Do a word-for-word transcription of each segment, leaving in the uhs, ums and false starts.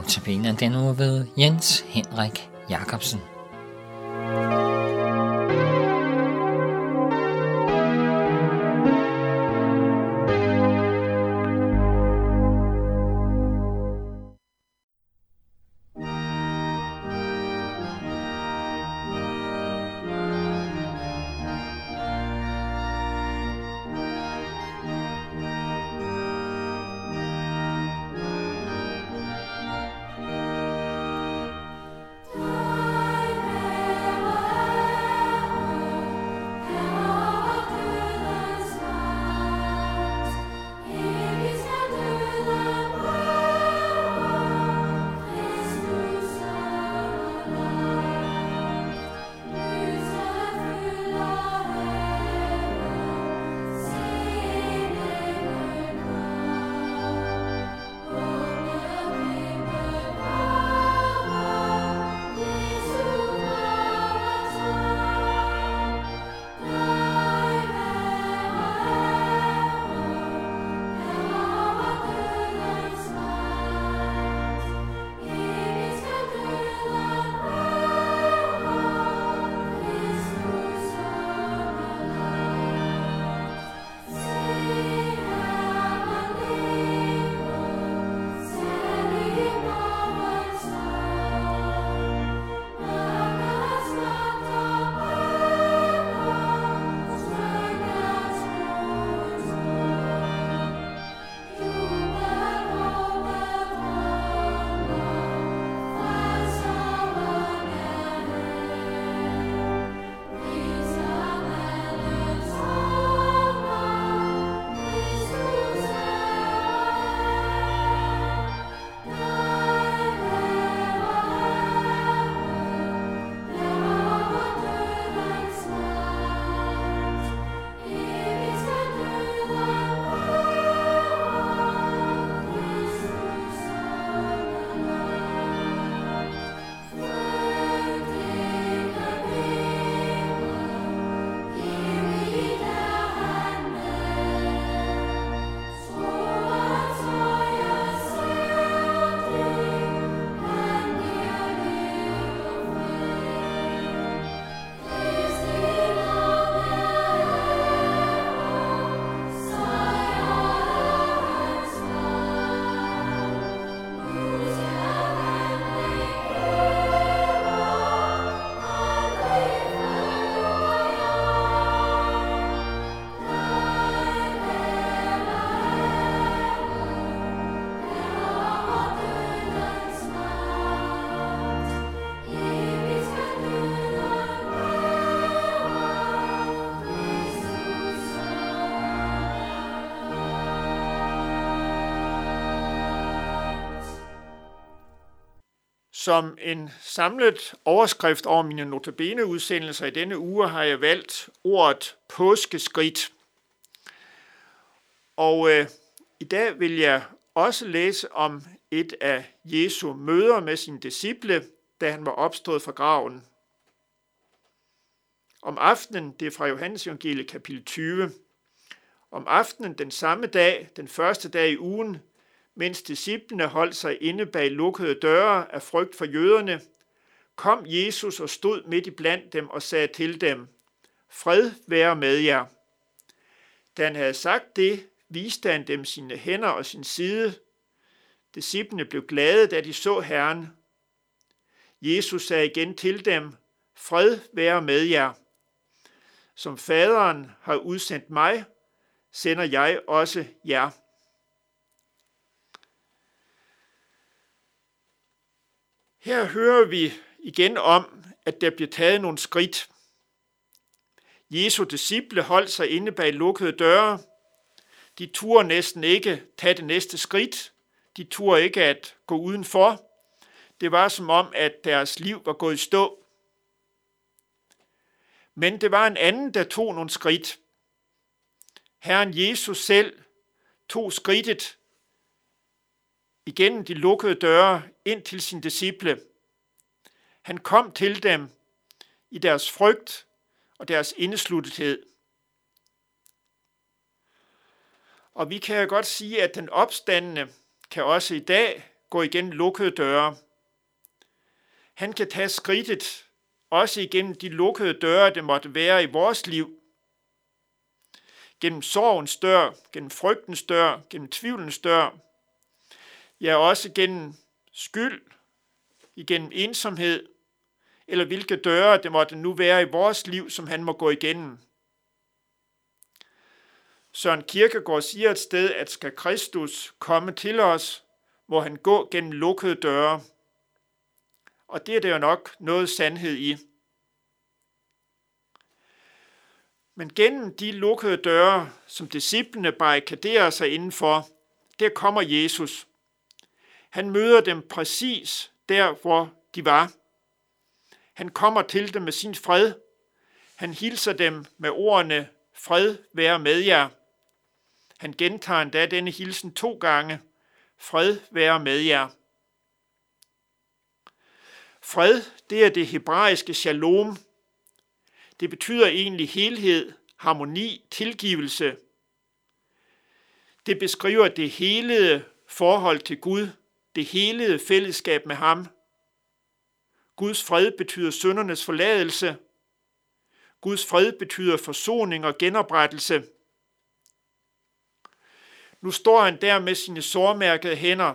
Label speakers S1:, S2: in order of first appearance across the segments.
S1: Notabene den uge ved Jens Henrik Jacobsen.
S2: Som en samlet overskrift over mine notabene-udsendelser i denne uge har jeg valgt ordet påskeskridt. Og øh, i dag vil jeg også læse om et af Jesu møder med sine disciple, da han var opstået fra graven. Om aftenen, det er fra Johannes evangeliet kapitel tyve, om aftenen den samme dag, den første dag i ugen, mens disciplene holdt sig inde bag lukkede døre af frygt for jøderne, kom Jesus og stod midt i blandt dem og sagde til dem, fred være med jer. Da han havde sagt det, viste han dem sine hænder og sin side. Disciplene blev glade, da de så Herren. Jesus sagde igen til dem, fred være med jer. Som faderen har udsendt mig, sender jeg også jer. Her hører vi igen om, at der bliver taget nogle skridt. Jesu disciple holdt sig inde bag lukkede døre. De turde næsten ikke tage det næste skridt. De turde ikke at gå udenfor. Det var som om, at deres liv var gået i stå. Men det var en anden, der tog nogle skridt. Herren Jesus selv tog skridtet igennem de lukkede døre ind til sine disciple. Han kom til dem i deres frygt og deres indesluttethed. Og vi kan jo godt sige, at den opstandne kan også i dag gå igennem lukkede døre. Han kan tage skridtet også igennem de lukkede døre, det måtte være i vores liv. Gennem sorgens dør, gennem frygtens dør, gennem tvivlens dør. Ja, også gennem skyld, igennem ensomhed, eller hvilke døre det måtte nu være i vores liv, som han må gå igennem. Søren Kierkegaard siger et sted, at skal Kristus komme til os, må han gå gennem lukkede døre. Og det er der jo nok noget sandhed i. Men gennem de lukkede døre, som disciplene barrikaderer sig indenfor, der kommer Jesus. Han møder dem præcis der, hvor de var. Han kommer til dem med sin fred. Han hilser dem med ordene, fred være med jer. Han gentager endda denne hilsen to gange, fred være med jer. Fred, det er det hebraiske shalom. Det betyder egentlig helhed, harmoni, tilgivelse. Det beskriver det helede forhold til Gud, det helede fællesskab med ham. Guds fred betyder syndernes forladelse. Guds fred betyder forsoning og genoprettelse. Nu står han der med sine sårmærkede hænder,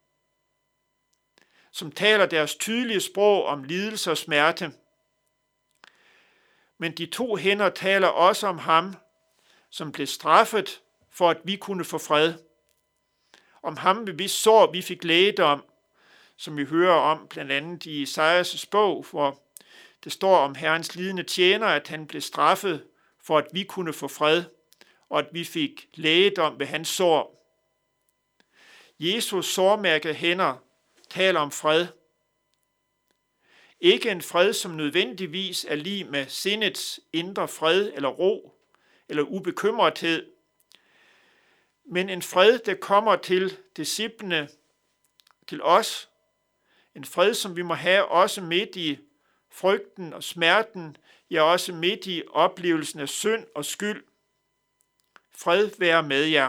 S2: som taler deres tydelige sprog om lidelse og smerte. Men de to hænder taler også om ham, som blev straffet for, at vi kunne få fred. Om ham ved vi sår, vi fik lægedom, som vi hører om blandt andet i Esajas bog, hvor det står om Herrens lidende tjener, at han blev straffet for, at vi kunne få fred, og at vi fik lægedom ved hans sår. Jesus sårmærkede hænder taler om fred. Ikke en fred, som nødvendigvis er lig med sindets indre fred eller ro eller ubekymrethed, men en fred, der kommer til disciplene, til os. En fred, som vi må have også midt i frygten og smerten, ja også midt i oplevelsen af synd og skyld. Fred være med jer.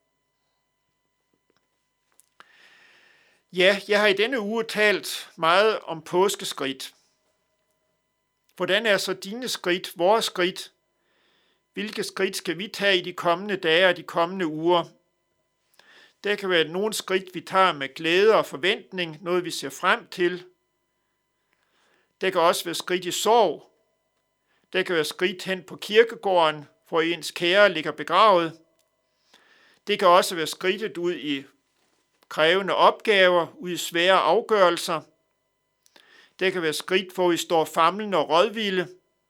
S2: Ja, jeg har i denne uge talt meget om påskeskridt. Hvordan er så dine skridt, vores skridt? Hvilke skridt skal vi tage i de kommende dage og de kommende uger? Der kan være nogle skridt, vi tager med glæde og forventning, noget vi ser frem til. Der kan også være skridt i sorg. Der kan være skridt hen på kirkegården, hvor ens kære ligger begravet. Det kan også være skridtet ud i krævende opgaver, ud i svære afgørelser. Det kan være skridt, hvor vi står famlende og rådvilde.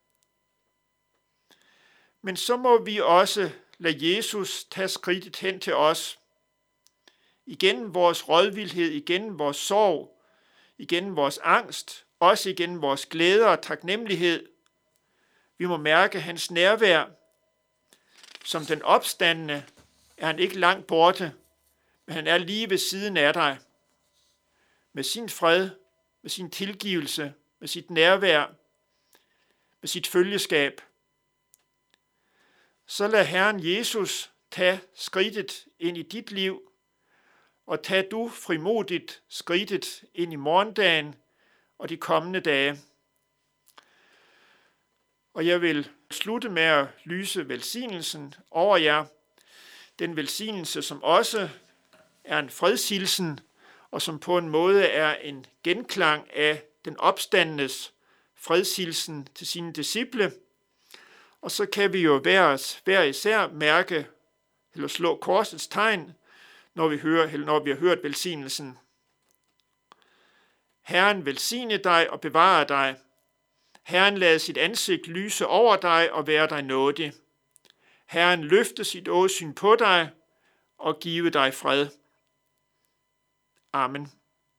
S2: Men så må vi også lade Jesus tage skridtet hen til os. Igennem vores rådvildhed, igennem vores sorg, igennem vores angst, også igennem vores glæde og taknemmelighed. Vi må mærke hans nærvær. Som den opstandne er han ikke langt borte, men han er lige ved siden af dig. Med sin fred, med sin tilgivelse, med sit nærvær, med sit følgeskab. Så lad Herren Jesus tage skridtet ind i dit liv, og tag du frimodigt skridtet ind i morgendagen og de kommende dage. Og jeg vil slutte med at lyse velsignelsen over jer. Den velsignelse, som også er en fredshilsen, og som på en måde er en genklang af den opstandes fredshilsen til sine disciple. Og så kan vi jo hver, hver især mærke, eller slå korsets tegn, når vi, hører, eller når vi har hørt velsignelsen. Herren velsigne dig og bevare dig. Herren lade sit ansigt lyse over dig og være dig nådig. Herren løfte sit åsyn på dig og give dig fred. Amen.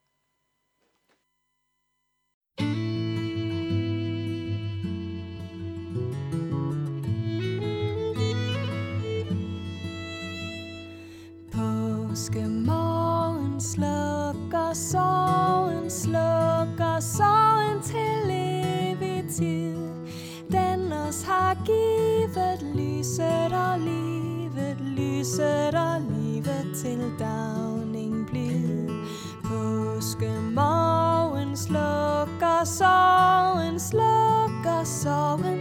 S3: Påskemorgen slukker sorgen, slukker sorgen til evig tid. Den os har givet lyset og livet, lyset og livet til dagning blid. På påskemorgen slukker sorgen, slukker sorgen